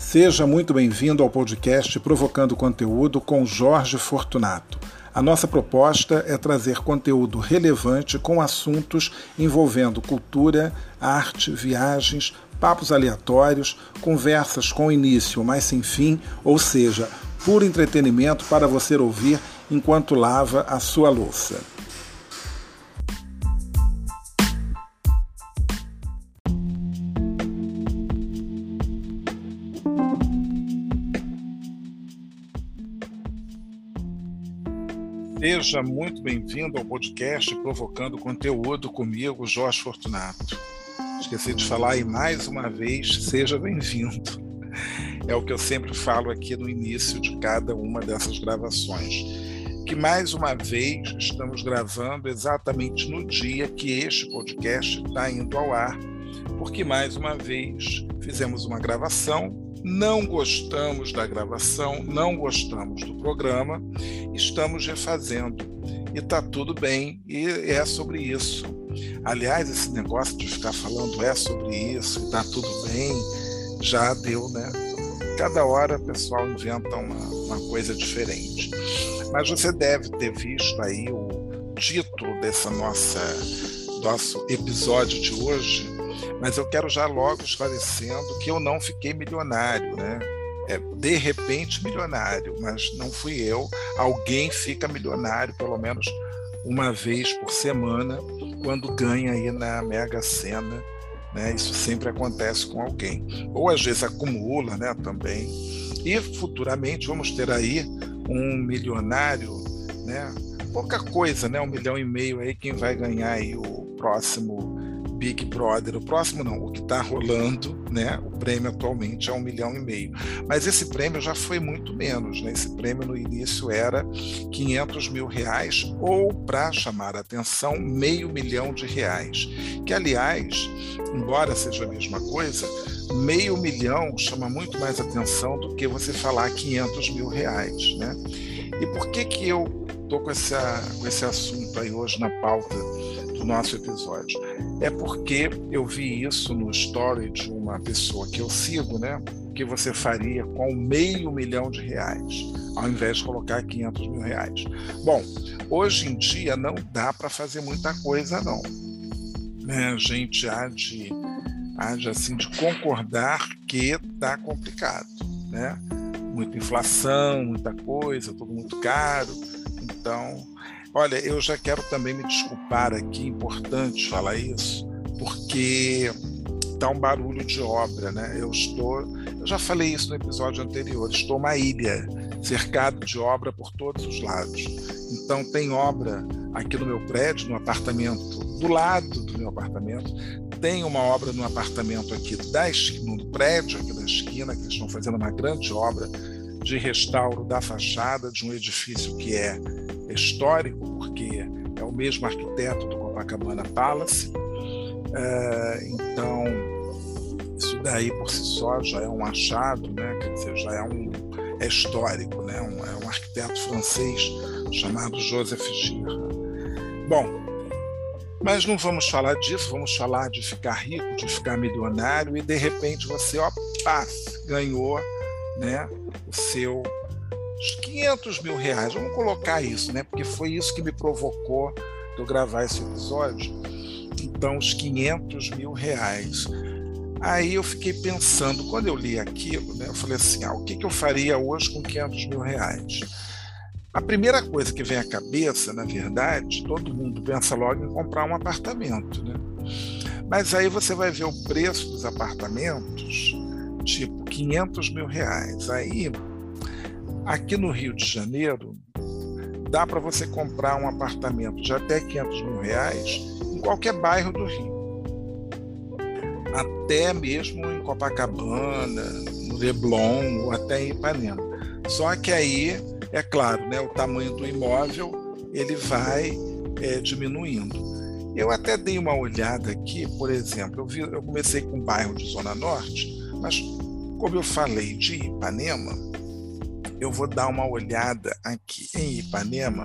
Seja muito bem-vindo ao podcast Provocando Conteúdo com Jorge Fortunato. A nossa proposta é trazer conteúdo relevante com assuntos envolvendo cultura, arte, viagens, papos aleatórios, conversas com início, mas sem fim, ou seja, puro entretenimento para você ouvir enquanto lava a sua louça. Seja muito bem-vindo ao podcast Provocando Conteúdo comigo, Jorge Fortunato. Esqueci de falar aí mais uma vez, seja bem-vindo. É o que eu sempre falo aqui no início de cada uma dessas gravações. Que mais uma vez estamos gravando exatamente no dia que este podcast está indo ao ar, porque mais uma vez fizemos uma gravação, não gostamos da gravação, não gostamos do programa, estamos refazendo e está tudo bem, e é sobre isso. Aliás, esse negócio de ficar falando é sobre isso, está tudo bem, já deu, né? Cada hora o pessoal inventa uma coisa diferente. Mas você deve ter visto aí o título desse nosso episódio de hoje, mas eu quero já logo esclarecendo que eu não fiquei milionário, né? De repente milionário, mas não fui eu. Alguém fica milionário pelo menos uma vez por semana quando ganha aí na Mega Sena, né? Isso sempre acontece com alguém. Ou às vezes acumula, né, também. E futuramente vamos ter aí um milionário, né? Pouca coisa, né? 1,5 milhão aí quem vai ganhar aí o próximo Big Brother, o próximo não, o que está rolando, né? O prêmio atualmente é 1,5 milhão. Mas esse prêmio já foi muito menos, né? Esse prêmio no início era R$500 mil, ou, para chamar a atenção, R$500 mil, que, aliás, embora seja a mesma coisa, R$500 mil chama muito mais atenção do que você falar R$500 mil, né? E por que eu estou com esse assunto aí hoje na pauta do nosso episódio? É porque eu vi isso no story de uma pessoa que eu sigo, né? O que você faria com R$500 mil, ao invés de colocar R$500 mil? Bom, hoje em dia não dá para fazer muita coisa, não. Né? A gente há de assim, de concordar que está complicado, né? Muita inflação, muita coisa, tudo muito caro. Então, olha, eu já quero também me desculpar aqui, importante falar isso, porque está um barulho de obra, né? Eu já falei isso no episódio anterior, estou uma ilha, cercado de obra por todos os lados. Então tem obra aqui no meu prédio, no apartamento, do lado do meu apartamento, tem uma obra no apartamento aqui no prédio aqui da esquina, que eles estão fazendo uma grande obra de restauro da fachada de um edifício que é histórico, porque é o mesmo arquiteto do Copacabana Palace. Então, isso daí por si só já é um achado, né? Quer dizer, já é histórico, né? É um arquiteto francês chamado Joseph Girard. Bom, mas não vamos falar disso, vamos falar de ficar rico, de ficar milionário, e de repente você, ganhou, né, os seus R$500 mil. Vamos colocar isso, né? Porque foi isso que me provocou de eu gravar esse episódio. Então, os R$500 mil. Aí eu fiquei pensando, quando eu li aquilo, né, eu falei assim, o que eu faria hoje com R$500 mil? A primeira coisa que vem à cabeça, na verdade, todo mundo pensa logo em comprar um apartamento, né? Mas aí você vai ver o preço dos apartamentos, tipo R$500 mil. Aí, aqui no Rio de Janeiro, dá para você comprar um apartamento de até R$500 mil em qualquer bairro do Rio. Até mesmo em Copacabana, no Leblon ou até em Ipanema. Só que aí, é claro, né, o tamanho do imóvel ele vai diminuindo. Eu até dei uma olhada aqui, por exemplo, eu comecei com o bairro de Zona Norte, mas como eu falei de Ipanema, eu vou dar uma olhada aqui em Ipanema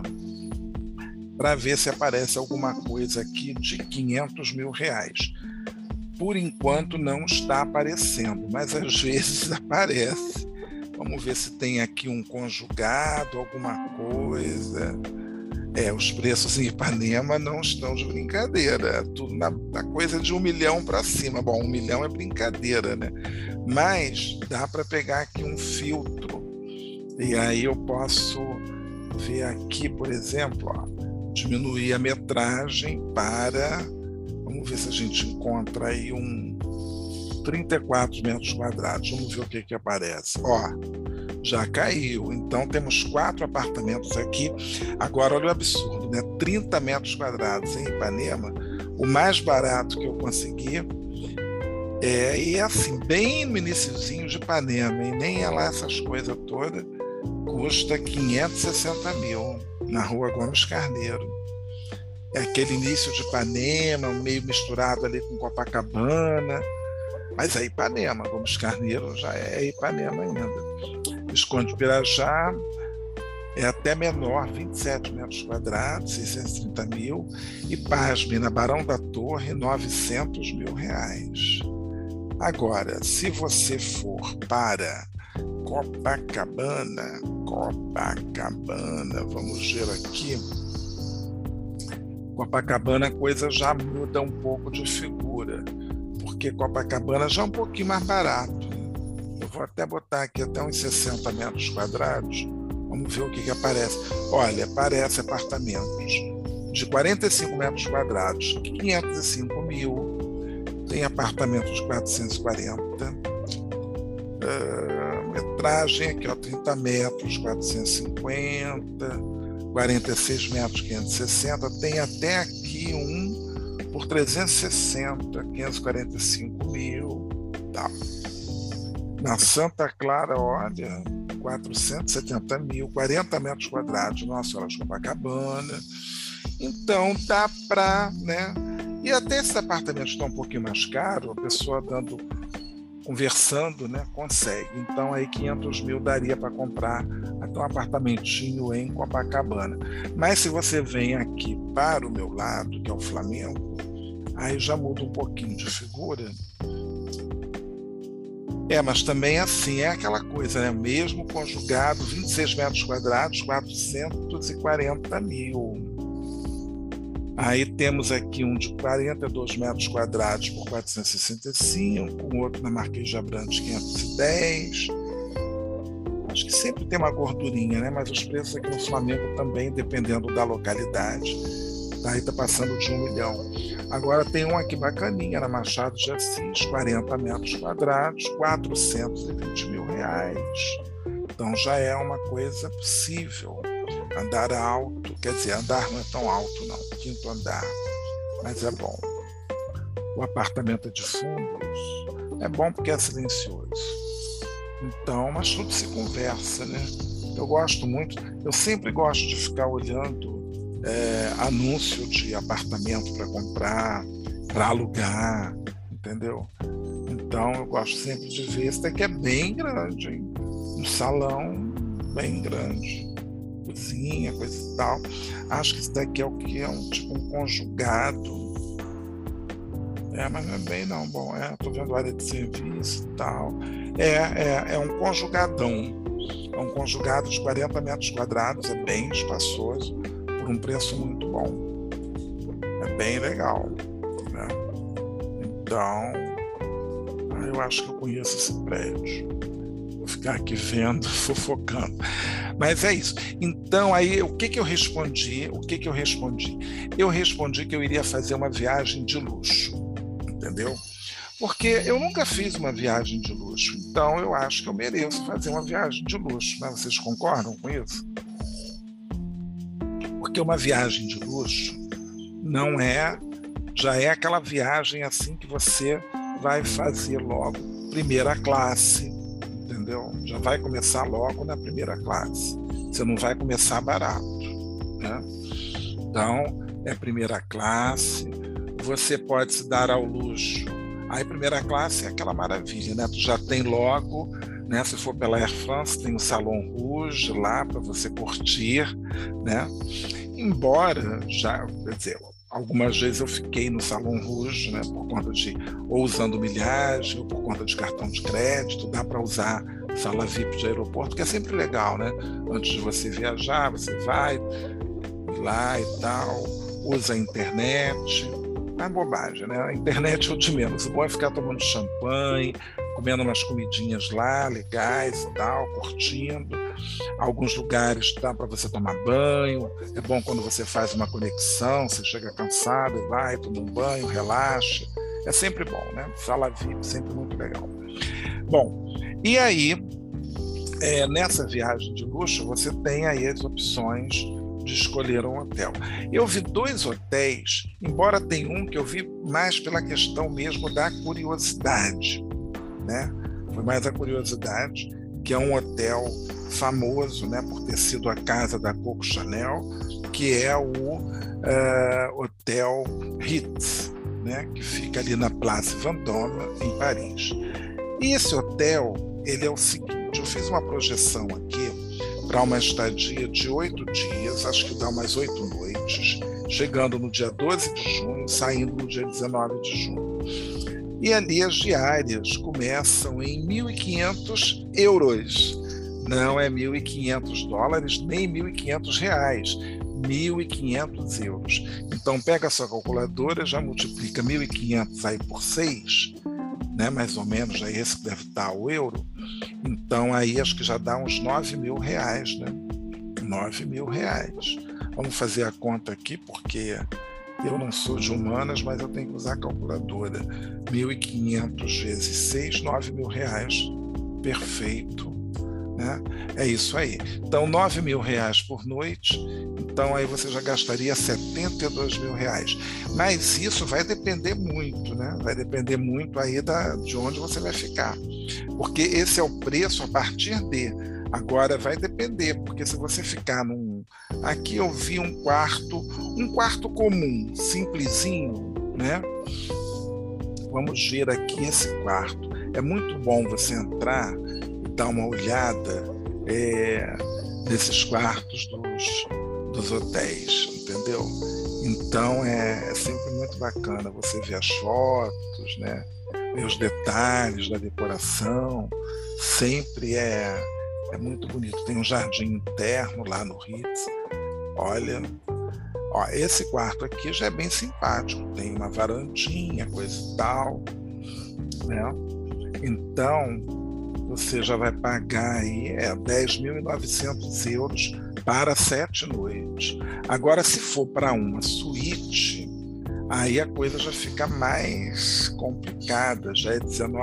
para ver se aparece alguma coisa aqui de R$500 mil. por enquanto não está aparecendo, mas às vezes aparece. Vamos ver se tem aqui um conjugado, alguma coisa. Os preços em Ipanema não estão de brincadeira, tudo na coisa de 1 milhão para cima. Bom, 1 milhão é brincadeira, né? Mas dá para pegar aqui um filtro, e aí eu posso ver aqui, por exemplo, diminuir a metragem para, vamos ver se a gente encontra aí 34 metros quadrados, vamos ver o que aparece. Já caiu, então temos 4 apartamentos aqui. Agora olha o absurdo, né? 30 metros quadrados em Ipanema, o mais barato que eu consegui, e assim, bem no iniciozinho de Ipanema, e nem é lá essas coisas todas, custa 560 mil, na rua Gomes Carneiro. É aquele início de Ipanema, meio misturado ali com Copacabana, mas é Ipanema, Gomes Carneiro já é Ipanema ainda. Visconde Pirajá é até menor, 27 metros quadrados, 630 mil, e pasme, na Barão da Torre, 900 mil reais. Agora, se você for para Copacabana, vamos ver aqui, Copacabana a coisa já muda um pouco de figura, porque Copacabana já é um pouquinho mais barato. Eu vou até botar aqui até uns 60 metros quadrados, vamos ver o que aparece. Olha, aparece apartamentos de 45 metros quadrados, 505 mil, tem apartamento de 440, metragem aqui, 30 metros, 450, 46 metros, 560, tem até aqui um por 360, 545 mil, tá. Na Santa Clara, olha, 470 mil, 40 metros quadrados, Nossa Senhora de Copacabana. Então dá para, né? E até esses apartamentos estão um pouquinho mais caros, a pessoa conversando, né, consegue. Então aí 500 mil daria para comprar até um apartamentinho em Copacabana. Mas se você vem aqui para o meu lado, que é o Flamengo, aí já muda um pouquinho de figura. Mas também assim, é aquela coisa, né? Mesmo conjugado, 26 metros quadrados, 440 mil. Aí temos aqui um de 42 metros quadrados por 465, um outro na Marquês de Abrantes, 510. Acho que sempre tem uma gordurinha, né? Mas os preços aqui no Flamengo também, dependendo da localidade, aí está passando de 1 milhão. Agora tem um aqui bacaninha, na Machado de Assis, 40 metros quadrados, 420 mil reais. Então já é uma coisa possível. Andar alto, quer dizer, andar não é tão alto não, 5º andar, mas é bom. O apartamento de fundos é bom porque é silencioso. Então, mas tudo se conversa, né? Eu gosto muito, eu sempre gosto de ficar olhando anúncio de apartamento para comprar, para alugar, entendeu? Então eu gosto sempre de ver. Esse daqui é bem grande, hein? Um salão bem grande, cozinha, coisa e tal. Acho que esse daqui é o que é tipo um conjugado. Mas não é bem não. Bom, tô vendo área de serviço e tal. É um conjugadão. É um conjugado de 40 metros quadrados, é bem espaçoso, por um preço muito bom. É bem legal, né? Então, eu acho que eu conheço esse prédio. Vou ficar aqui vendo, fofocando. Mas é isso. Então, aí, o que eu respondi? Eu respondi que eu iria fazer uma viagem de luxo, entendeu? Porque eu nunca fiz uma viagem de luxo, então eu acho que eu mereço fazer uma viagem de luxo, né? Vocês concordam com isso? Porque uma viagem de luxo já é aquela viagem assim que você vai fazer logo primeira classe, entendeu? Já vai começar logo na primeira classe. Você não vai começar barato, né? Então, é primeira classe, você pode se dar ao luxo. Aí, primeira classe é aquela maravilha, né? Tu já tem logo, né? Se for pela Air France, tem o Salon Rouge lá para você curtir, né? Embora já, quer dizer, Algumas vezes eu fiquei no Salão Rouge, né, por conta de, ou usando milhagem, ou por conta de cartão de crédito. Dá para usar sala VIP de aeroporto, que é sempre legal, né? Antes de você viajar, você vai lá e tal, usa a internet. É bobagem, né? A internet é o de menos. O bom é ficar tomando champanhe, comendo umas comidinhas lá, legais e tal, curtindo. Alguns lugares dá para você tomar banho. É bom quando você faz uma conexão, você chega cansado, vai, toma um banho, relaxa. É sempre bom, né? Sala VIP, sempre muito legal. Bom, e aí, nessa viagem de luxo, você tem aí as opções de escolher um hotel. Eu vi 2 hotéis, embora tenha um que eu vi mais pela questão mesmo da curiosidade, né? Foi mais a curiosidade, que é um hotel famoso, né, por ter sido a casa da Coco Chanel, que é o Hotel Ritz, né, que fica ali na Place Vendôme, em Paris. E esse hotel, ele é o seguinte, eu fiz uma projeção aqui para uma estadia de 8 dias, acho que dá umas 8 noites, chegando no dia 12 de junho, saindo no dia 19 de junho. E ali as diárias começam em 1.500 euros. Não é 1.500 dólares, nem 1.500 reais. 1.500 euros. Então, pega a sua calculadora, já multiplica 1.500 aí por 6, né, mais ou menos, aí esse que deve estar o euro. Então, aí acho que já dá uns 9.000 reais, né? 9.000 reais. Vamos fazer a conta aqui, porque eu não sou de humanas, mas eu tenho que usar a calculadora. 1.500 vezes 6, 9.000 reais. Perfeito. Né? É isso aí. Então, 9.000 reais por noite. Então, aí você já gastaria 72.000 reais. Mas isso vai depender muito, né? Vai depender muito aí de onde você vai ficar. Porque esse é o preço a partir de. Agora vai depender, porque se você ficar num... Aqui eu vi um quarto comum, simplesinho, né? Vamos ver aqui esse quarto. É muito bom você entrar e dar uma olhada nesses quartos dos hotéis, entendeu? Então é sempre muito bacana você ver as fotos, né? Ver os detalhes da decoração. Sempre é muito bonito. Tem um jardim interno lá no Ritz. Olha, ó, esse quarto aqui já é bem simpático. Tem uma varandinha, coisa e tal, né? Então, você já vai pagar aí 10.900 euros para 7 noites. Agora, se for para uma suíte, aí a coisa já fica mais complicada. Já é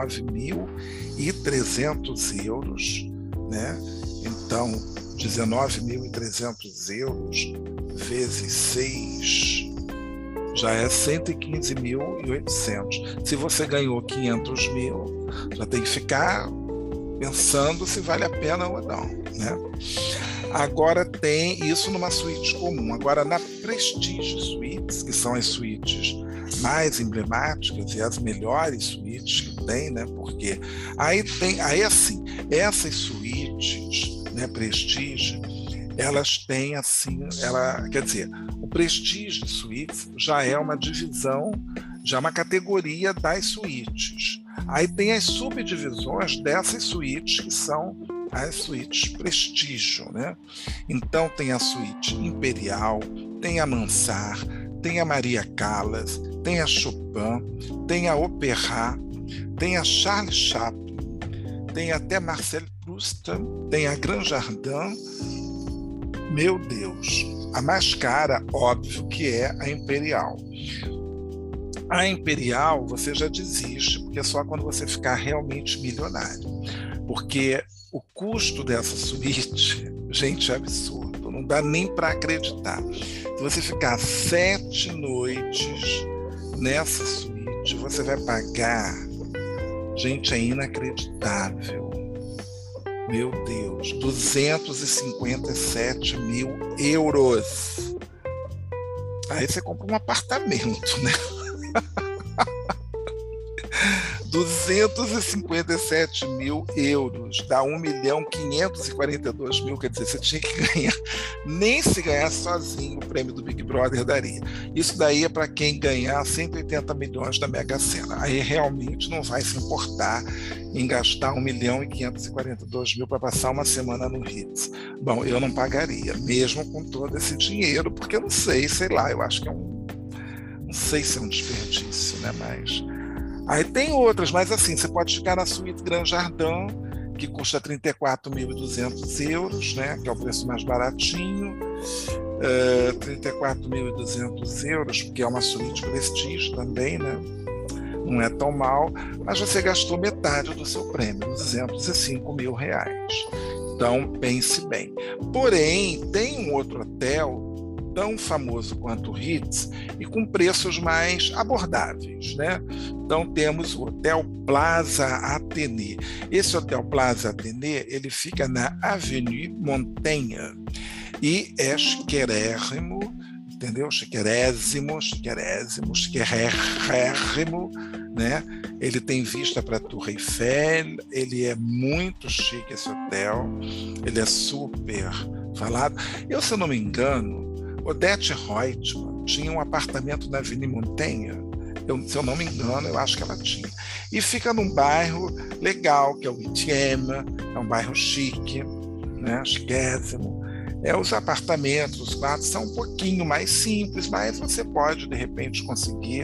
19.300 euros, né? Então, 19.300 euros vezes 6 já é 115.800. Se você ganhou 500 mil, já tem que ficar pensando se vale a pena ou não, né? Agora tem isso numa suíte comum. Agora, na Prestige Suites, que são as suítes mais emblemáticas e as melhores suítes que tem, né? Porque aí assim, essas suítes, né, Prestige, elas têm assim, quer dizer, o Prestige Suites já é uma divisão, já é uma categoria das suítes. Aí tem as subdivisões dessas suítes, que são as suítes Prestígio, né? Então tem a suíte Imperial, tem a Mansart, tem a Maria Callas, tem a Chopin, tem a Opéra, tem a Charles Chaplin, tem até Marcel Proust, tem a Grand Jardin. Meu Deus, a mais cara, óbvio, que é a Imperial. A Imperial você já desiste, porque é só quando você ficar realmente milionário. Porque o custo dessa suíte, gente, é absurdo, não dá nem para acreditar. Se você ficar 7 noites nessa suíte, você vai pagar, gente, é inacreditável. Meu Deus, 257.000 euros. Aí você compra um apartamento, né? 257 mil euros, dá 1.542.000, quer dizer, você tinha que ganhar, nem se ganhasse sozinho o prêmio do Big Brother daria. Isso daí é para quem ganhar 180 milhões da Mega Sena. Aí realmente não vai se importar em gastar 1.542.000 para passar uma semana no Ritz. Bom, eu não pagaria, mesmo com todo esse dinheiro, porque eu não sei lá, eu acho que não sei se é um desperdício, né? Mas aí tem outras, mas assim, você pode ficar na suíte Grand Jardin, que custa 34.200 euros, né? Que é o preço mais baratinho. 34.200 euros, porque é uma suíte prestígio também, né? Não é tão mal, mas você gastou metade do seu prêmio, 205 mil reais. Então, pense bem. Porém, tem um outro hotel tão famoso quanto o Ritz e com preços mais abordáveis, né? Então temos o Hotel Plaza Athénée. Esse Hotel Plaza Athénée, ele fica na Avenue Montaigne e é chiquérrimo, entendeu? Chiquérrimo, né? Ele tem vista para a Torre Eiffel, ele é muito chique esse hotel, ele é super falado. Eu, se eu não me engano, Odete Reutemann tinha um apartamento na Avenue Montaigne, se eu não me engano, eu acho que ela tinha. E fica num bairro legal, que é o 8e, é um bairro chique, né, chiquésimo. Os apartamentos, os quartos são um pouquinho mais simples, mas você pode, de repente, conseguir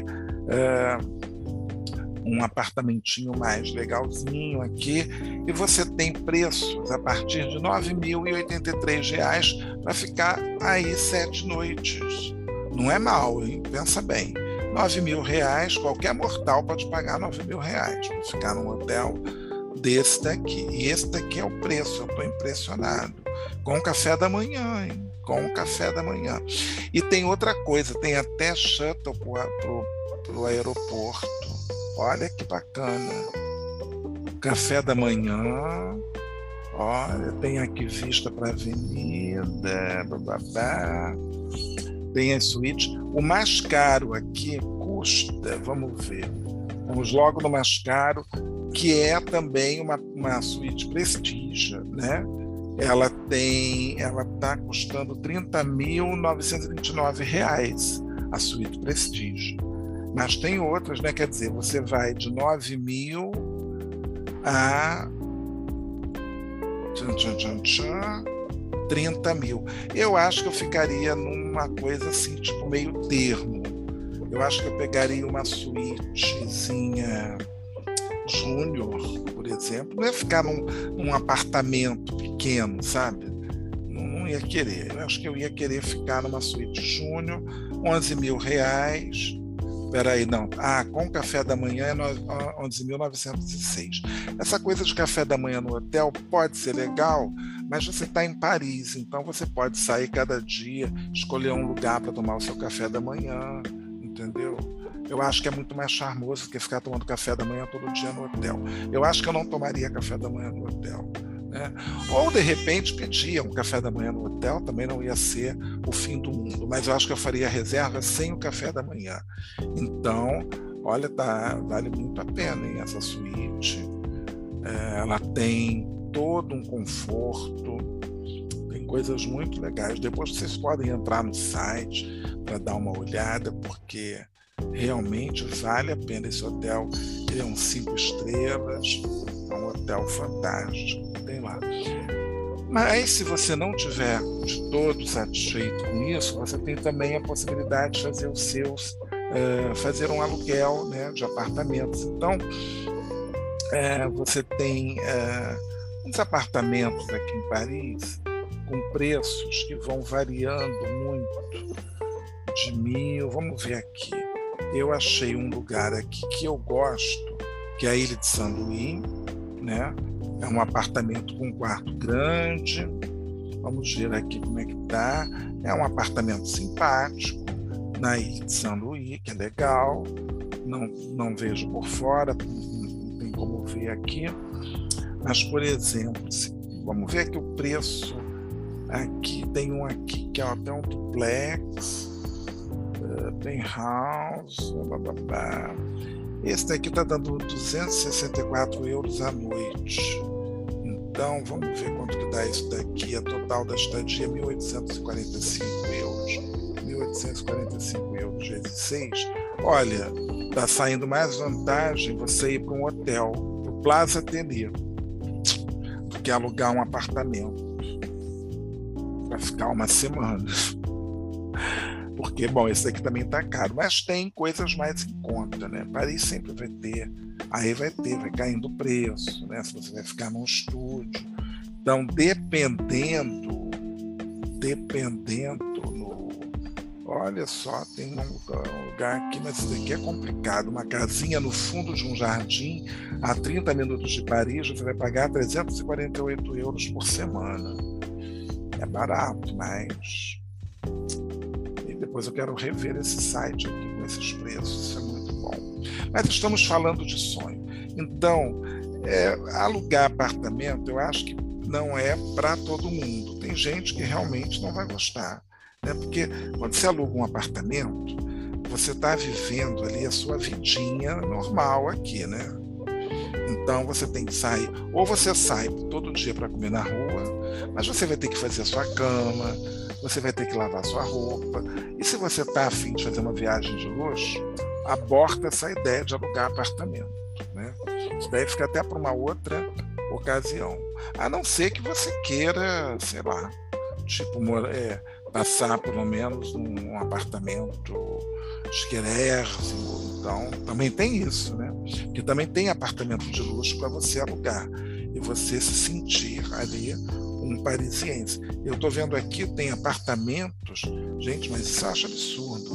um apartamentinho mais legalzinho aqui, e você tem preços a partir de R$ 9.083 para ficar aí 7 noites. Não é mal, hein? Pensa bem. R$ 9.000, qualquer mortal pode pagar R$ 9.000 para ficar num hotel desse daqui. E esse daqui é o preço, eu estou impressionado. Com o café da manhã, hein? Com o café da manhã. E tem outra coisa, tem até shuttle para o aeroporto. Olha que bacana. Café da manhã. Olha, tem aqui vista para a avenida. Bababá. Tem as suítes. O mais caro aqui custa, vamos ver. Vamos logo no mais caro, que é também uma suíte prestígio, né? Ela está custando R$ 30.929 a suíte prestígio. Mas tem outras, né? Quer dizer, você vai de 9.000 a 30 mil. Eu acho que eu ficaria numa coisa assim, tipo meio termo. Eu acho que eu pegaria uma suítezinha júnior, por exemplo. Não ia ficar num apartamento pequeno, sabe? Não ia querer. Eu acho que eu ia querer ficar numa suíte júnior, R$ 11.000. Peraí, não. Com café da manhã é 11.906. Essa coisa de café da manhã no hotel pode ser legal, mas você está em Paris, então você pode sair cada dia, escolher um lugar para tomar o seu café da manhã, entendeu? Eu acho que é muito mais charmoso do que ficar tomando café da manhã todo dia no hotel. Eu acho que eu não tomaria café da manhã no hotel, né? Ou, de repente, pedia um café da manhã no hotel, também não ia ser o fim do mundo, mas eu acho que eu faria reserva sem o café da manhã. Então, olha, vale muito a pena, hein, essa suíte. Ela tem todo um conforto, tem coisas muito legais. Depois vocês podem entrar no site para dar uma olhada, porque realmente vale a pena esse hotel. Ele é um 5 estrelas, é um hotel fantástico, tem lá. Mas se você não tiver de todo satisfeito com isso, você tem também a possibilidade de fazer os seus, fazer um aluguel, né, de apartamentos. Então, você tem uns apartamentos aqui em Paris com preços que vão variando muito, de 1.000, vamos ver aqui. Eu achei um lugar aqui que eu gosto, que é a Ilha de Saint-Louis, né? É um apartamento com um quarto grande. Vamos ver aqui como é que tá. É um apartamento simpático na Ilha de Saint-Louis, que é legal. Não vejo por fora, não tem como ver aqui. Mas, por exemplo, vamos ver aqui o preço. Aqui tem um aqui que é até um duplex, tem house, blá, blá, blá. Esse daqui está dando 264 euros à noite. Então, vamos ver quanto que dá isso daqui. A total da estadia é 1.845 euros. 1.845 euros vezes 6. Olha, está saindo mais vantagem você ir para um hotel, para o Plaza Atelier, do que alugar um apartamento para ficar uma semana. Porque, bom, esse daqui também está caro, mas tem coisas mais em conta, né? Paris sempre vai ter, vai caindo o preço, né? Se você vai ficar num estúdio. Então, dependendo olha só, tem um lugar aqui, mas isso daqui é complicado. Uma casinha no fundo de um jardim, a 30 minutos de Paris, você vai pagar 348 euros por semana. É barato, mas... E depois eu quero rever esse site aqui com esses preços, isso é muito bom. Mas estamos falando de sonho. Então, alugar apartamento, eu acho que não é para todo mundo. Tem gente que realmente não vai gostar. Porque quando você aluga um apartamento, você está vivendo ali a sua vidinha normal aqui, né? Então você tem que sair, ou você sai todo dia para comer na rua, mas você vai ter que fazer a sua cama, você vai ter que lavar a sua roupa, e se você está a fim de fazer uma viagem de luxo, aborta essa ideia de alugar apartamento, né? Isso daí fica até para uma outra ocasião, a não ser que você queira, sei lá, tipo, passar pelo menos num apartamento esquerésimo. Então, também tem isso, né? Porque também tem apartamento de luxo para você alugar e você se sentir ali um parisiense. Eu estou vendo aqui, tem apartamentos, gente, mas isso eu acho absurdo.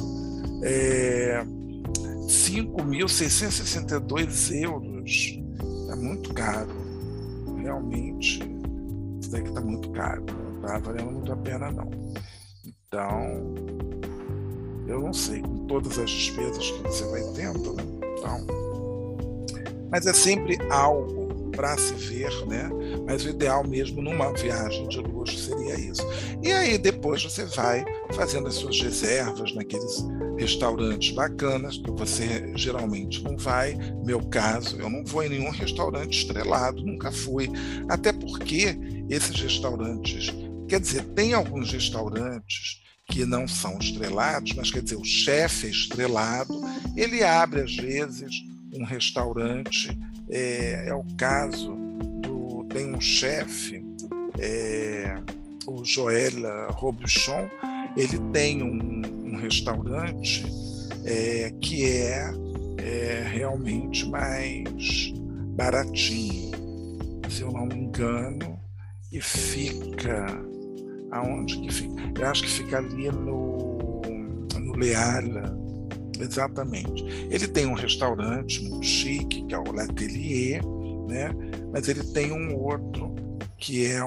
5.662 euros. É muito caro. Realmente, isso daqui está muito caro. Não está valendo muito a pena, não. Então, eu não sei, com todas as despesas que você vai tendo, né? Então, mas é sempre algo para se ver, né? Mas o ideal mesmo numa viagem de luxo seria isso. E aí depois você vai fazendo as suas reservas naqueles restaurantes bacanas, que você geralmente não vai. Meu caso, eu não vou em nenhum restaurante estrelado, nunca fui. Até porque esses restaurantes, quer dizer, tem alguns restaurantes que não são estrelados, mas quer dizer, o chefe é estrelado, ele abre às vezes um restaurante, é o caso tem um chefe, o Joël Robuchon, ele tem um restaurante que é realmente mais baratinho, se eu não me engano, e fica... Aonde que fica? Eu acho que fica ali no Leal, exatamente. Ele tem um restaurante muito chique, que é o L'Atelier, né? Mas ele tem um outro que é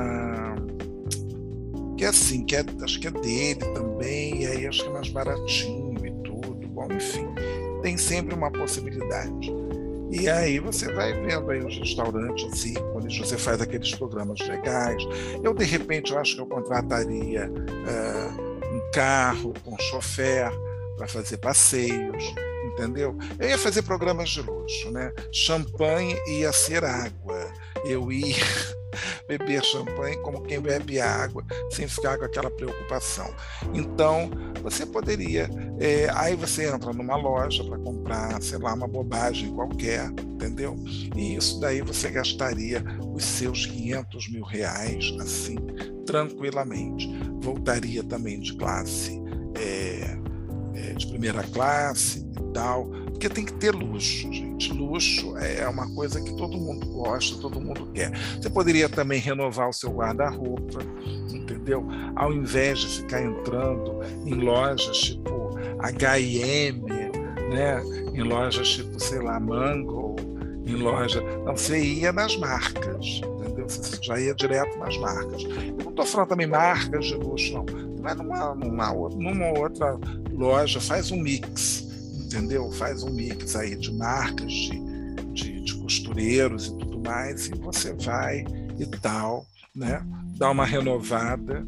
assim, acho que é dele também, e aí acho que é mais baratinho e tudo. Bom, enfim, tem sempre uma possibilidade. E aí você vai vendo aí os restaurantes ícones, você faz aqueles programas legais. Eu, de repente, eu acho que eu contrataria um carro com chofer para fazer passeios, entendeu? Eu ia fazer programas de luxo, né? Champanhe ia ser água. Eu ia beber champanhe como quem bebe água, sem ficar com aquela preocupação. Então, você poderia... aí você entra numa loja para comprar, sei lá, uma bobagem qualquer, entendeu? E isso daí você gastaria os seus 500 mil reais, assim, tranquilamente. Voltaria também de classe, de primeira classe e tal, porque tem que ter luxo, gente. Luxo é uma coisa que todo mundo gosta, todo mundo quer. Você poderia também renovar o seu guarda-roupa, entendeu? Ao invés de ficar entrando em lojas tipo H&M, né? Em lojas tipo, sei lá, Mango, em loja... Não, você ia nas marcas, entendeu? Você já ia direto nas marcas. Eu não estou falando também marcas de luxo, não. Vai numa outra loja, faz um mix, entendeu? Faz um mix aí de marcas, de costureiros e tudo mais, e você vai e tal, né? Dá uma renovada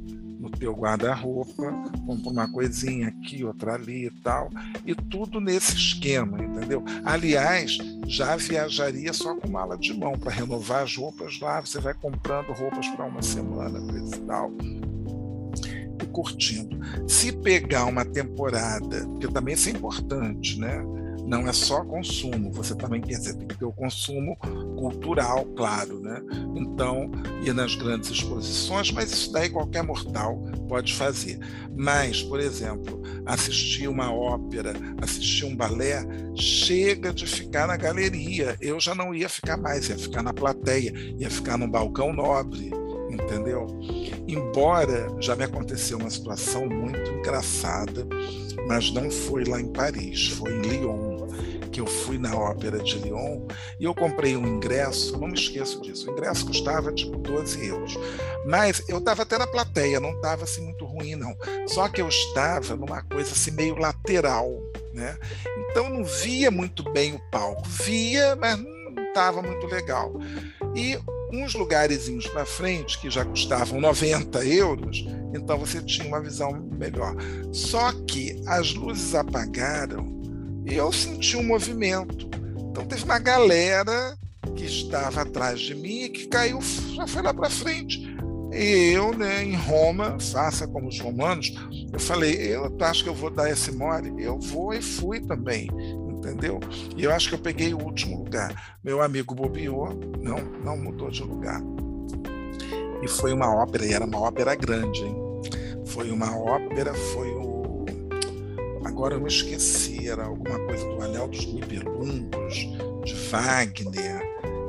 no teu guarda-roupa, compra uma coisinha aqui, outra ali e tal, e tudo nesse esquema, entendeu? Aliás, já viajaria só com mala de mão para renovar as roupas lá, você vai comprando roupas para uma semana, coisa e tal, e curtindo. Se pegar uma temporada, porque também isso é importante, né? Não é só consumo, você também, quer dizer, tem que ter o consumo cultural, claro, né? Então, ir nas grandes exposições, mas isso daí qualquer mortal pode fazer. Mas, por exemplo, assistir uma ópera, assistir um balé, chega de ficar na galeria. Eu já não ia ficar mais, ia ficar na plateia, ia ficar no balcão nobre, entendeu? Embora já me aconteceu uma situação muito engraçada, mas não foi lá em Paris, foi em Lyon, que eu fui na ópera de Lyon e eu comprei um ingresso, não me esqueço disso, o ingresso custava tipo 12 euros, mas eu estava até na plateia, não estava assim muito ruim não, só que eu estava numa coisa assim meio lateral, né? Então eu não via muito bem o palco, via, mas não estava muito legal. E uns lugarzinhos para frente, que já custavam 90 euros, então você tinha uma visão melhor. Só que as luzes apagaram e eu senti um movimento. Então teve uma galera que estava atrás de mim e que caiu, já foi lá para frente. E eu, né, em Roma, faça como os romanos, eu falei, eu acho que eu vou dar esse mole, eu vou e fui também. Entendeu? E eu acho que eu peguei o último lugar. Meu amigo bobeou, não mudou de lugar. E foi uma ópera, e era uma ópera grande, hein? Foi uma ópera, foi o... Agora eu me esqueci, era alguma coisa do Anel dos Nibelungos, de Wagner.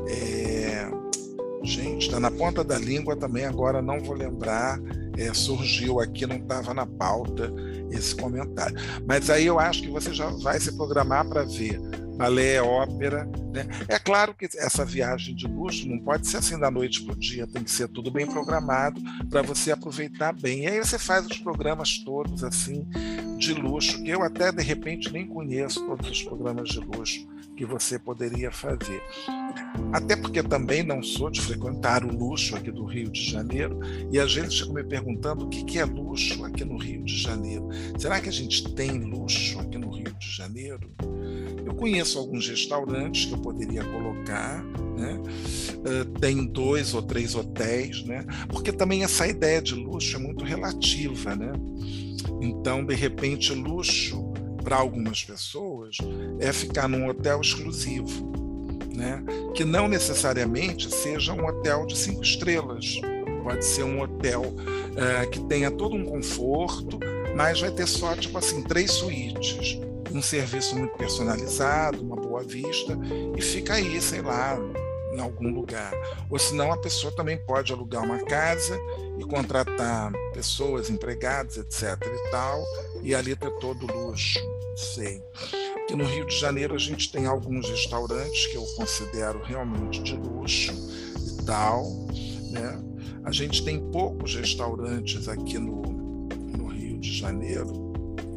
Gente, está na ponta da língua também, agora não vou lembrar. Surgiu aqui, não estava na pauta esse comentário. Mas aí eu acho que você já vai se programar para ver balé, ópera, né? É claro que essa viagem de luxo não pode ser assim da noite para o dia, tem que ser tudo bem programado para você aproveitar bem. E aí você faz os programas todos assim de luxo, que eu até de repente nem conheço todos os programas de luxo que você poderia fazer. Até porque também não sou de frequentar o luxo aqui do Rio de Janeiro, e às vezes ficam me perguntando o que é luxo aqui no Rio de Janeiro. Será que a gente tem luxo aqui no Rio de Janeiro? Eu conheço alguns restaurantes que eu poderia colocar, né? Tem 2 ou 3 hotéis, né? Porque também essa ideia de luxo é muito relativa, né? Então, de repente, luxo para algumas pessoas é ficar num hotel exclusivo, né? Que não necessariamente seja um hotel de 5 estrelas. Pode ser um hotel que tenha todo um conforto, mas vai ter só, tipo assim, 3 suítes, um serviço muito personalizado, uma boa vista, e fica aí, sei lá, em algum lugar. Ou senão a pessoa também pode alugar uma casa e contratar pessoas, empregados, etc. e tal, e ali ter todo o luxo. Sei. Aqui no Rio de Janeiro a gente tem alguns restaurantes que eu considero realmente de luxo e tal, né? A gente tem poucos restaurantes aqui no Rio de Janeiro.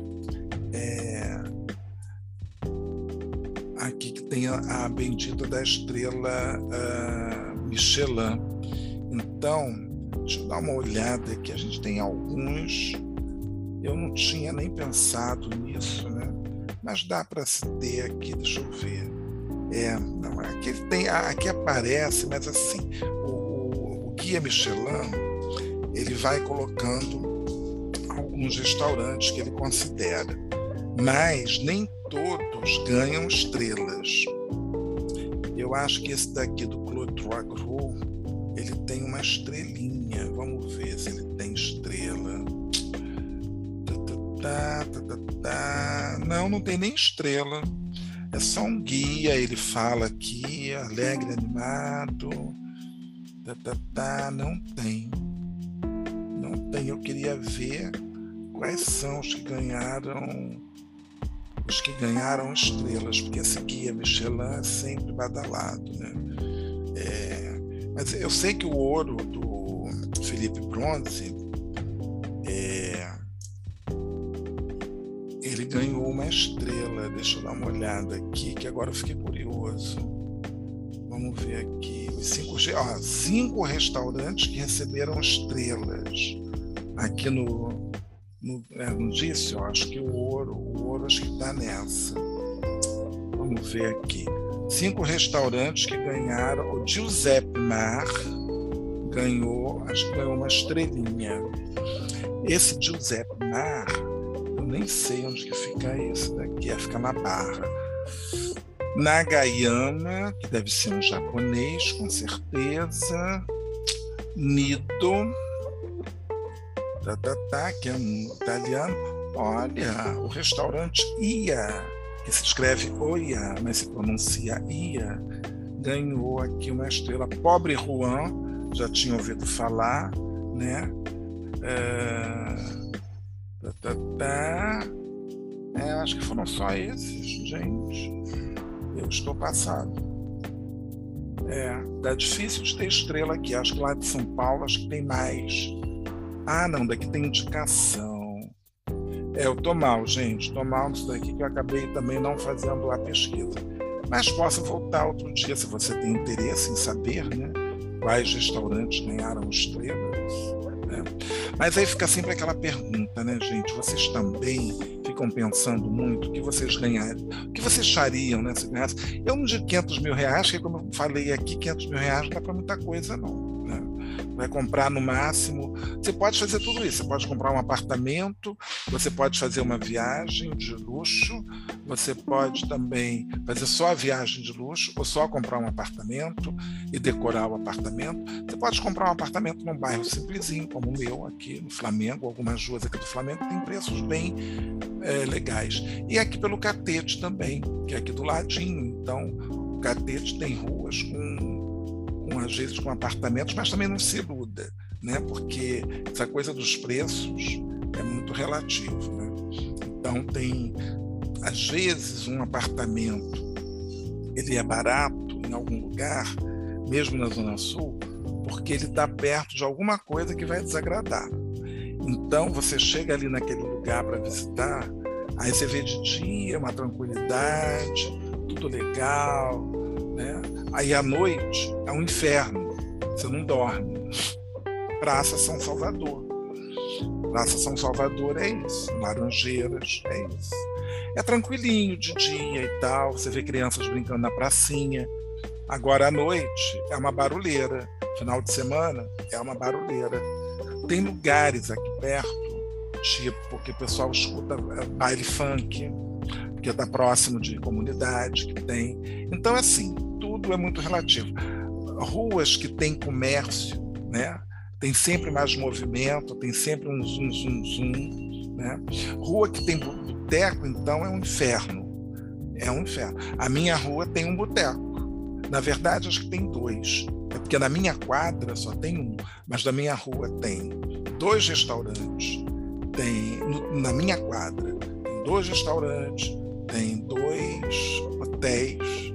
Aqui que tem a bendita da estrela Michelin. Então, deixa eu dar uma olhada aqui. A gente tem alguns. Eu não tinha nem pensado nisso, né? Mas dá para se ter aqui, deixa eu ver. Não, aqui aparece, mas assim, o guia Michelin, ele vai colocando alguns restaurantes que ele considera, mas nem todos ganham estrelas. Eu acho que esse daqui do Claude Troisgros, ele tem uma estrelinha. Vamos ver se ele tem estrela. Não tem nem estrela. É só um guia, ele fala aqui, alegre, animado. Não tem. Não tem. Eu queria ver quais são os que ganharam estrelas, porque esse guia Michelin é sempre badalado, né? Mas eu sei que o ouro do Felipe Bronze, ele ganhou uma estrela. Deixa eu dar uma olhada aqui, que agora eu fiquei curioso. Vamos ver aqui. Os 5 restaurantes que receberam estrelas. aqui no disse, eu acho que o ouro acho que está nessa. Vamos ver aqui. 5 restaurantes que ganharam. O Giuseppe Mar ganhou, acho que ganhou uma estrelinha. Esse Giuseppe Mar, eu nem sei onde que fica esse daqui, fica na Barra. Nagayama, que deve ser um japonês, com certeza. Nido, que é um italiano. Olha, o restaurante Ia, que se escreve Oia, mas se pronuncia Ia, ganhou aqui uma estrela. Pobre Juan, já tinha ouvido falar, né? Acho que foram só esses, gente. Eu estou passado. Tá difícil de ter estrela aqui. Acho que lá de São Paulo acho que tem mais. Ah, não, daqui tem indicação. Eu tô mal, gente. Tô mal nisso daqui que eu acabei também não fazendo a pesquisa. Mas posso voltar outro dia se você tem interesse em saber, né? Quais restaurantes ganharam estrelas. Né? Mas aí fica sempre aquela pergunta, né, gente? Vocês também ficam pensando muito o que vocês ganhariam, o que vocês achariam, né, se ganhassem. Eu não digo 500 mil reais, porque como eu falei aqui, 500 mil reais não dá para muita coisa, não. Né? Vai comprar no máximo. Você pode fazer tudo isso. Você pode comprar um apartamento, você pode fazer uma viagem de luxo, você pode também fazer só a viagem de luxo ou só comprar um apartamento e decorar o apartamento. Você pode comprar um apartamento num bairro simplesinho, como o meu aqui no Flamengo, algumas ruas aqui do Flamengo tem preços bem legais. E aqui pelo Catete também, que é aqui do ladinho. Então, o Catete tem ruas às vezes com apartamentos, mas também não se iluda, né? Porque essa coisa dos preços é muito relativo, né? Então tem, às vezes, um apartamento, ele é barato em algum lugar, mesmo na Zona Sul, porque ele está perto de alguma coisa que vai desagradar. Então você chega ali naquele lugar para visitar, aí você vê de dia uma tranquilidade, tudo legal, né? Aí à noite é um inferno, você não dorme. Praça São Salvador. Praça São Salvador é isso, Laranjeiras é isso. É tranquilinho de dia e tal, você vê crianças brincando na pracinha. Agora à noite é uma barulheira, final de semana é uma barulheira. Tem lugares aqui perto, tipo, porque o pessoal escuta baile funk, porque está próximo de comunidade que tem. Então, assim, tudo é muito relativo. Ruas que tem comércio, né? Tem sempre mais movimento, tem sempre um zum, né? Rua que tem boteco, então, é um inferno. É um inferno. A minha rua tem um boteco. Na verdade, acho que tem 2. É porque na minha quadra só tem um, mas na minha rua tem 2 restaurantes. Na minha quadra tem 2 restaurantes, tem 2 hotéis,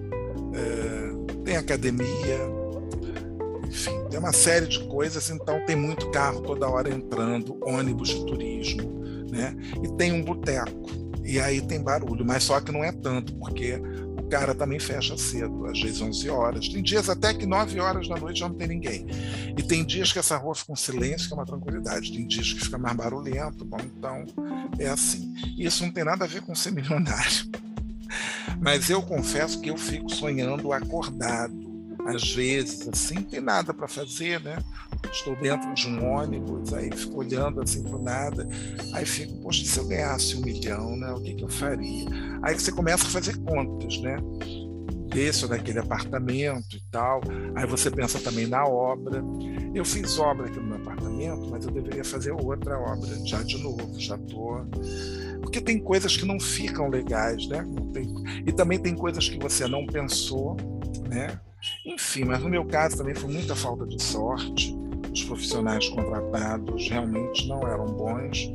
tem academia, enfim, tem uma série de coisas. Então tem muito carro toda hora entrando, ônibus de turismo, né? E tem um boteco, e aí tem barulho, mas só que não é tanto, porque o cara também fecha cedo, às vezes 11 horas. Tem dias até que 9 horas da noite já não tem ninguém. E tem dias que essa rua fica um silêncio, que é uma tranquilidade. Tem dias que fica mais barulhento. Bom, então é assim. Isso não tem nada a ver com ser milionário. Mas eu confesso que eu fico sonhando acordado. Às vezes, assim, não tem nada para fazer, né? Estou dentro de um ônibus, aí fico olhando assim para o nada, aí fico, poxa, se eu ganhasse 1 milhão, né? O que eu faria? Aí você começa a fazer contas, né? Desse ou daquele apartamento e tal. Aí você pensa também na obra. Eu fiz obra aqui no meu apartamento, mas eu deveria fazer outra obra já de novo, já tô... Porque tem coisas que não ficam legais, né? E também tem coisas que você não pensou, né? Enfim, mas no meu caso também foi muita falta de sorte. Os profissionais contratados realmente não eram bons.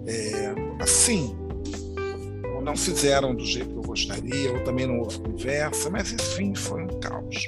Assim, ou não fizeram do jeito que eu gostaria, ou também não houve conversa, mas enfim, foi um caos.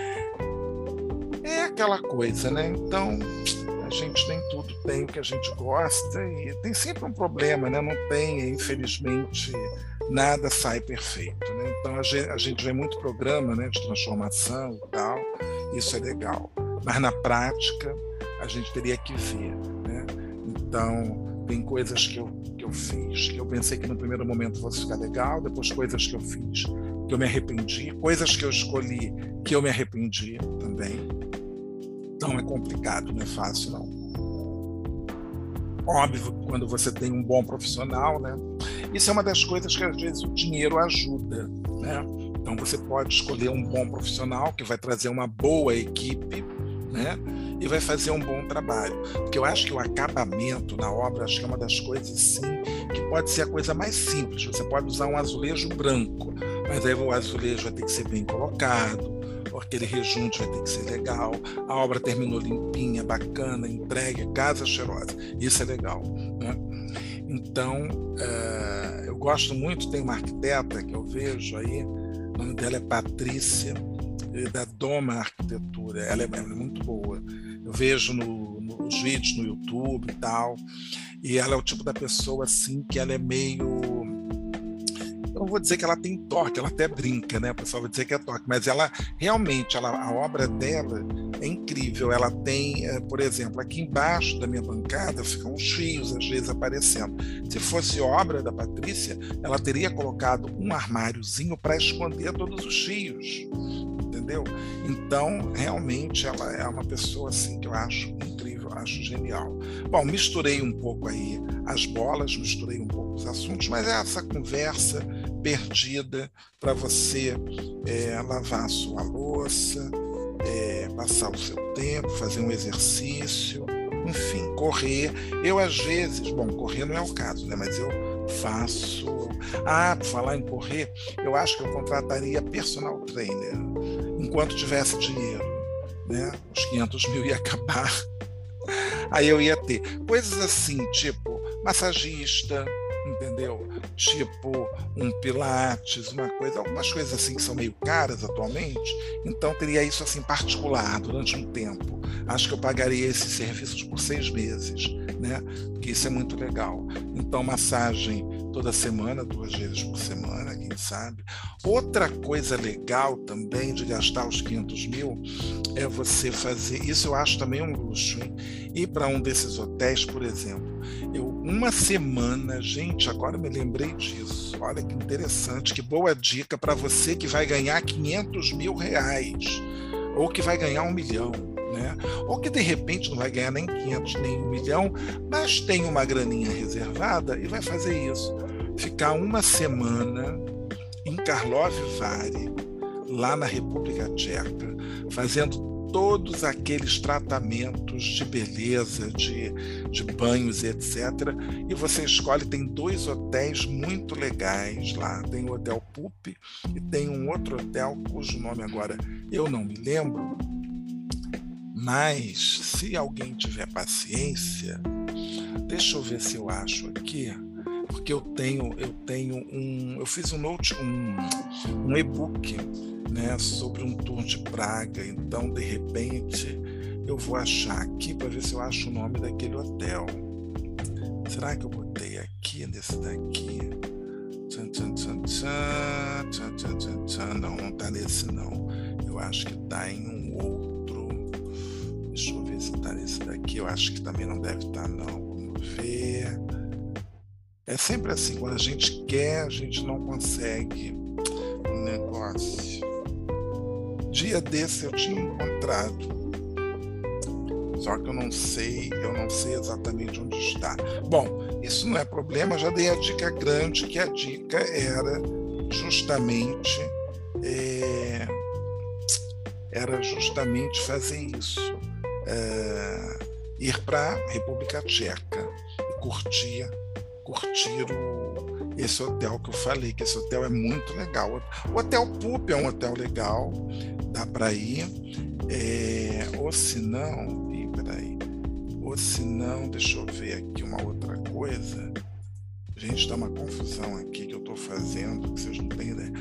É aquela coisa, né? Então, a gente nem tudo tem o que a gente gosta e tem sempre um problema, né? Não tem, infelizmente, nada sai perfeito, né? Então a gente vê muito programa, né, de transformação e tal, isso é legal, mas na prática a gente teria que ver, né? Então, tem coisas que eu fiz, que eu pensei que no primeiro momento fosse ficar legal, depois coisas que eu fiz que eu me arrependi, coisas que eu escolhi que eu me arrependi também. Então é complicado, não é fácil não. Óbvio, quando você tem um bom profissional, né? Isso é uma das coisas que às vezes o dinheiro ajuda, né? Então você pode escolher um bom profissional que vai trazer uma boa equipe, né? E vai fazer um bom trabalho. Porque eu acho que o acabamento na obra, acho que é uma das coisas, sim, que pode ser a coisa mais simples. Você pode usar um azulejo branco, mas aí o azulejo vai ter que ser bem colocado, aquele rejunte vai ter que ser legal, a obra terminou limpinha, bacana, entregue, casa cheirosa. Isso é legal, né? Então, eu gosto muito, tem uma arquiteta que eu vejo aí, o nome dela é Patrícia, da Doma Arquitetura, ela é muito boa. Eu vejo nos vídeos no YouTube e tal, e ela é o tipo da pessoa assim que ela é meio... Eu não vou dizer que ela tem toque, ela até brinca, né? O pessoal vai dizer que é toque, mas ela realmente, a obra dela é incrível. Ela tem, por exemplo, aqui embaixo da minha bancada ficam uns fios às vezes aparecendo. Se fosse obra da Patrícia, ela teria colocado um armáriozinho para esconder todos os fios, entendeu? Então, realmente, ela é uma pessoa assim que eu acho incrível, acho genial. Bom, misturei um pouco aí as bolas, misturei um pouco os assuntos, mas é essa conversa perdida para você lavar a sua louça, passar o seu tempo, fazer um exercício, enfim, correr. Eu, às vezes, bom, correr não é o caso, né? Mas eu faço... por falar em correr, eu acho que eu contrataria personal trainer enquanto tivesse dinheiro, né? Os 500 mil ia acabar. Aí eu ia ter coisas assim, tipo massagista, entendeu? Tipo um pilates, algumas coisas assim que são meio caras atualmente, então teria isso assim particular durante um tempo. Acho que eu pagaria esses serviços por 6 meses, né? Porque isso é muito legal. Então massagem toda semana, 2 vezes por semana, quem sabe. Outra coisa legal também de gastar os 500 mil é você fazer, isso eu acho também um luxo, hein? Ir para um desses hotéis, por exemplo. Uma semana, gente, agora me lembrei disso. Olha que interessante, que boa dica para você que vai ganhar 500 mil reais, ou que vai ganhar 1 milhão, né? Ou que de repente não vai ganhar nem 500, nem 1 milhão, mas tem uma graninha reservada e vai fazer isso. Ficar uma semana em Karlovy Vary, lá na República Tcheca, fazendo todos aqueles tratamentos de beleza, de banhos, etc. E você escolhe, tem 2 hotéis muito legais lá. Tem o Hotel Pup e tem um outro hotel cujo nome agora eu não me lembro. Mas, se alguém tiver paciência, deixa eu ver se eu acho aqui, porque eu fiz um e-book, né, sobre um tour de Praga, então de repente eu vou achar aqui para ver se eu acho o nome daquele hotel. Será que eu botei aqui nesse daqui? Não, não tá nesse não. Eu acho que tá em um outro. Deixa eu ver se tá nesse daqui. Eu acho que também não deve estar não. Vamos ver. É sempre assim, quando a gente quer, a gente não consegue um negócio. Dia desse eu tinha encontrado, só que eu não sei exatamente onde está. Bom, isso não é problema, já dei a dica grande, que a dica era justamente fazer isso, ir para a República Tcheca e curtir esse hotel que eu falei, que esse hotel é muito legal. O Hotel Pup é um hotel legal, dá para ir, ou se não, deixa eu ver aqui uma outra coisa. Gente, dá uma confusão aqui que eu estou fazendo, que vocês não têm ideia.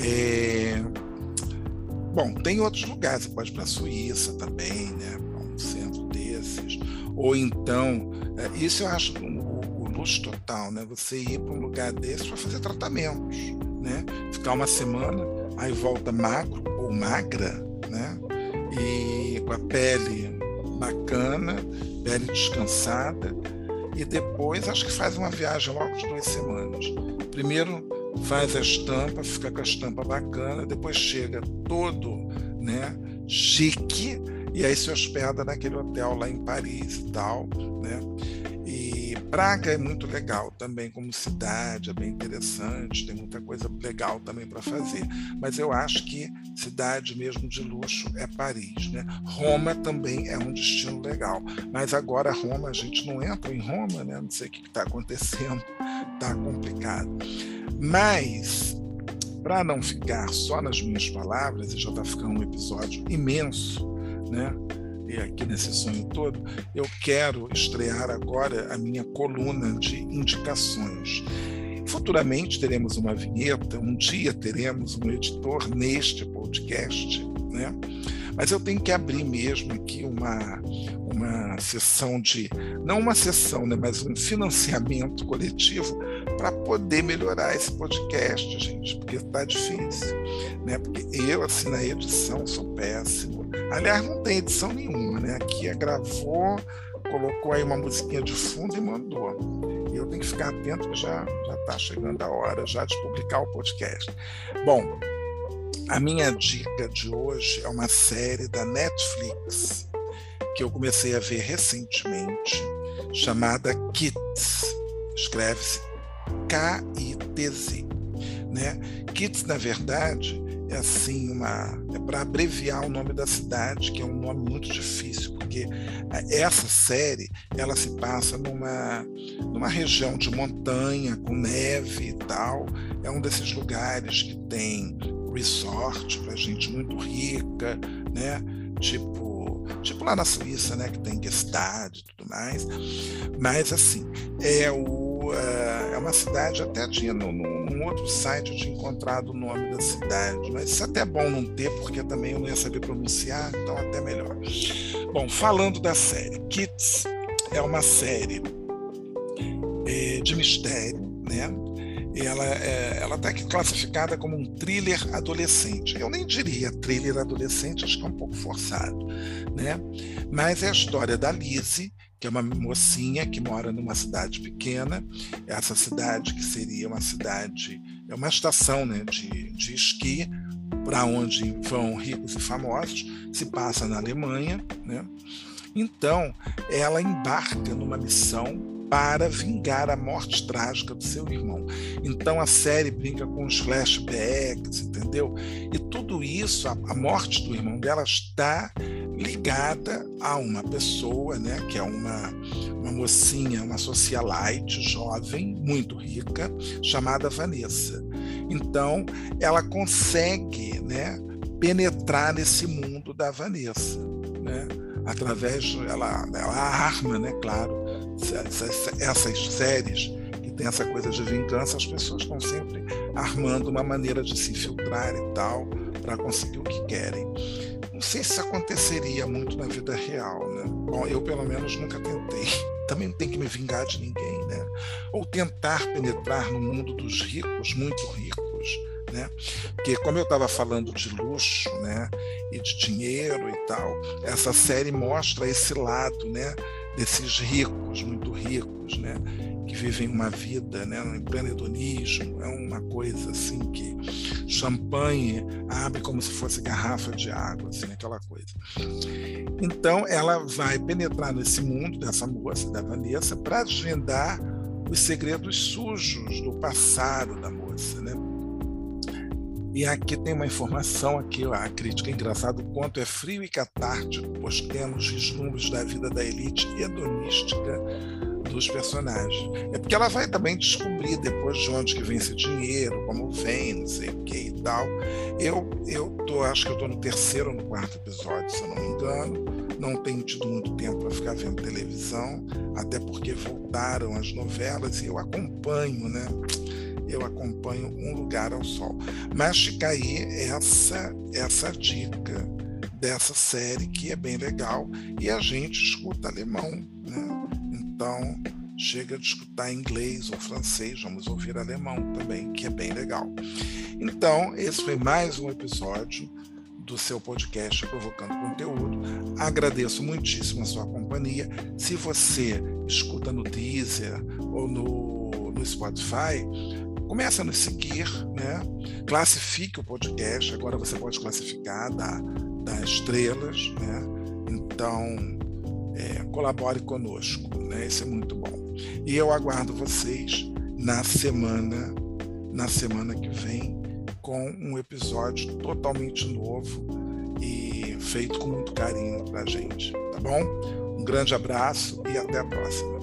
Bom, tem outros lugares, você pode ir para a Suíça também, né? Para um centro desses, ou então, isso eu acho o luxo total, né? Você ir para um lugar desse para fazer tratamentos, né? Ficar uma semana, aí volta magro ou magra, né? E com a pele bacana, pele descansada, e depois acho que faz uma viagem logo de 2 semanas. Primeiro faz a estampa, fica com a estampa bacana, depois chega todo, né, chique, e aí se hospeda naquele hotel lá em Paris e tal, né? E Praga é muito legal também como cidade, é bem interessante, tem muita coisa legal também para fazer. Mas eu acho que cidade mesmo de luxo é Paris, né? Roma também é um destino legal. Mas agora Roma, a gente não entra em Roma, né? Não sei o que está acontecendo, está complicado. Mas, para não ficar só nas minhas palavras, e já está ficando um episódio imenso, né? E aqui nesse sonho todo, eu quero estrear agora a minha coluna de indicações. Futuramente teremos uma vinheta, um dia teremos um editor neste podcast, né? Mas eu tenho que abrir mesmo aqui uma sessão não uma sessão, né, mas um financiamento coletivo para poder melhorar esse podcast, gente, porque está difícil, né? Porque eu, assim, na edição, sou péssimo. Aliás, não tem edição nenhuma, né? Aqui gravou, colocou aí uma musiquinha de fundo e mandou. E eu tenho que ficar atento que já está chegando a hora já de publicar o podcast. Bom, a minha dica de hoje é uma série da Netflix que eu comecei a ver recentemente, chamada Kitz. Escreve-se K-I-T-Z, né? Kitz, na verdade, é assim é para abreviar o nome da cidade, que é um nome muito difícil, porque essa série ela se passa numa região de montanha com neve e tal. É um desses lugares que tem resort para gente muito rica, né? Tipo lá na Suíça, né? Que tem Gestad e tudo mais. Mas assim, é uma cidade, até tinha num outro site eu tinha encontrado o nome da cidade, mas isso até é bom não ter, porque também eu não ia saber pronunciar, então até melhor. Bom, falando da série, Kitz é uma série de mistério, né? Ela está aqui classificada como um thriller adolescente. Eu nem diria thriller adolescente, acho que é um pouco forçado, né? Mas é a história da Lizzie, que é uma mocinha que mora numa cidade pequena. Essa cidade que seria uma cidade, é uma estação, né, de esqui, para onde vão ricos e famosos, se passa na Alemanha, né? Então, ela embarca numa missão para vingar a morte trágica do seu irmão. Então a série brinca com os flashbacks, entendeu? E tudo isso, a morte do irmão dela está ligada a uma pessoa, né, que é uma mocinha, uma socialite jovem, muito rica, chamada Vanessa. Então ela consegue, né, penetrar nesse mundo da Vanessa, né? Através, ela arma, né, claro, essas séries que tem essa coisa de vingança, as pessoas estão sempre armando uma maneira de se infiltrar e tal, para conseguir o que querem. Não sei se isso aconteceria muito na vida real, né? Bom, eu pelo menos nunca tentei. Também não tenho que me vingar de ninguém, né? Ou tentar penetrar no mundo dos ricos, muito ricos, né? Porque como eu estava falando de luxo, né, e de dinheiro e tal, essa série mostra esse lado, né, desses ricos, muito ricos, né, que vivem uma vida, né, em pleno hedonismo. É uma coisa assim que champanhe abre como se fosse garrafa de água, assim, aquela coisa. Então ela vai penetrar nesse mundo dessa moça, da Vanessa, para desvendar os segredos sujos do passado da moça, né? E aqui tem uma informação, aqui a crítica é engraçada, o quanto é frio e catártico, pois temos vislumbres da vida da elite hedonística dos personagens. É porque ela vai também descobrir depois de onde que vem esse dinheiro, como vem, não sei o que e tal. Acho que eu estou no 3º ou no 4º episódio, se eu não me engano. Não tenho tido muito tempo para ficar vendo televisão, até porque voltaram as novelas e eu acompanho, né? Eu acompanho Um Lugar ao Sol. Mas fica aí essa dica dessa série, que é bem legal, e a gente escuta alemão, né? Então chega de escutar inglês ou francês, vamos ouvir alemão também, que é bem legal. Então esse foi mais um episódio do seu podcast Provocando Conteúdo. Agradeço muitíssimo a sua companhia. Se você escuta no Deezer ou no Spotify, comece a nos seguir, né? Classifique o podcast. Agora você pode classificar, dar estrelas, né? Então, colabore conosco, né? Isso é muito bom. E eu aguardo vocês na semana que vem com um episódio totalmente novo e feito com muito carinho pra gente, tá bom? Um grande abraço e até a próxima.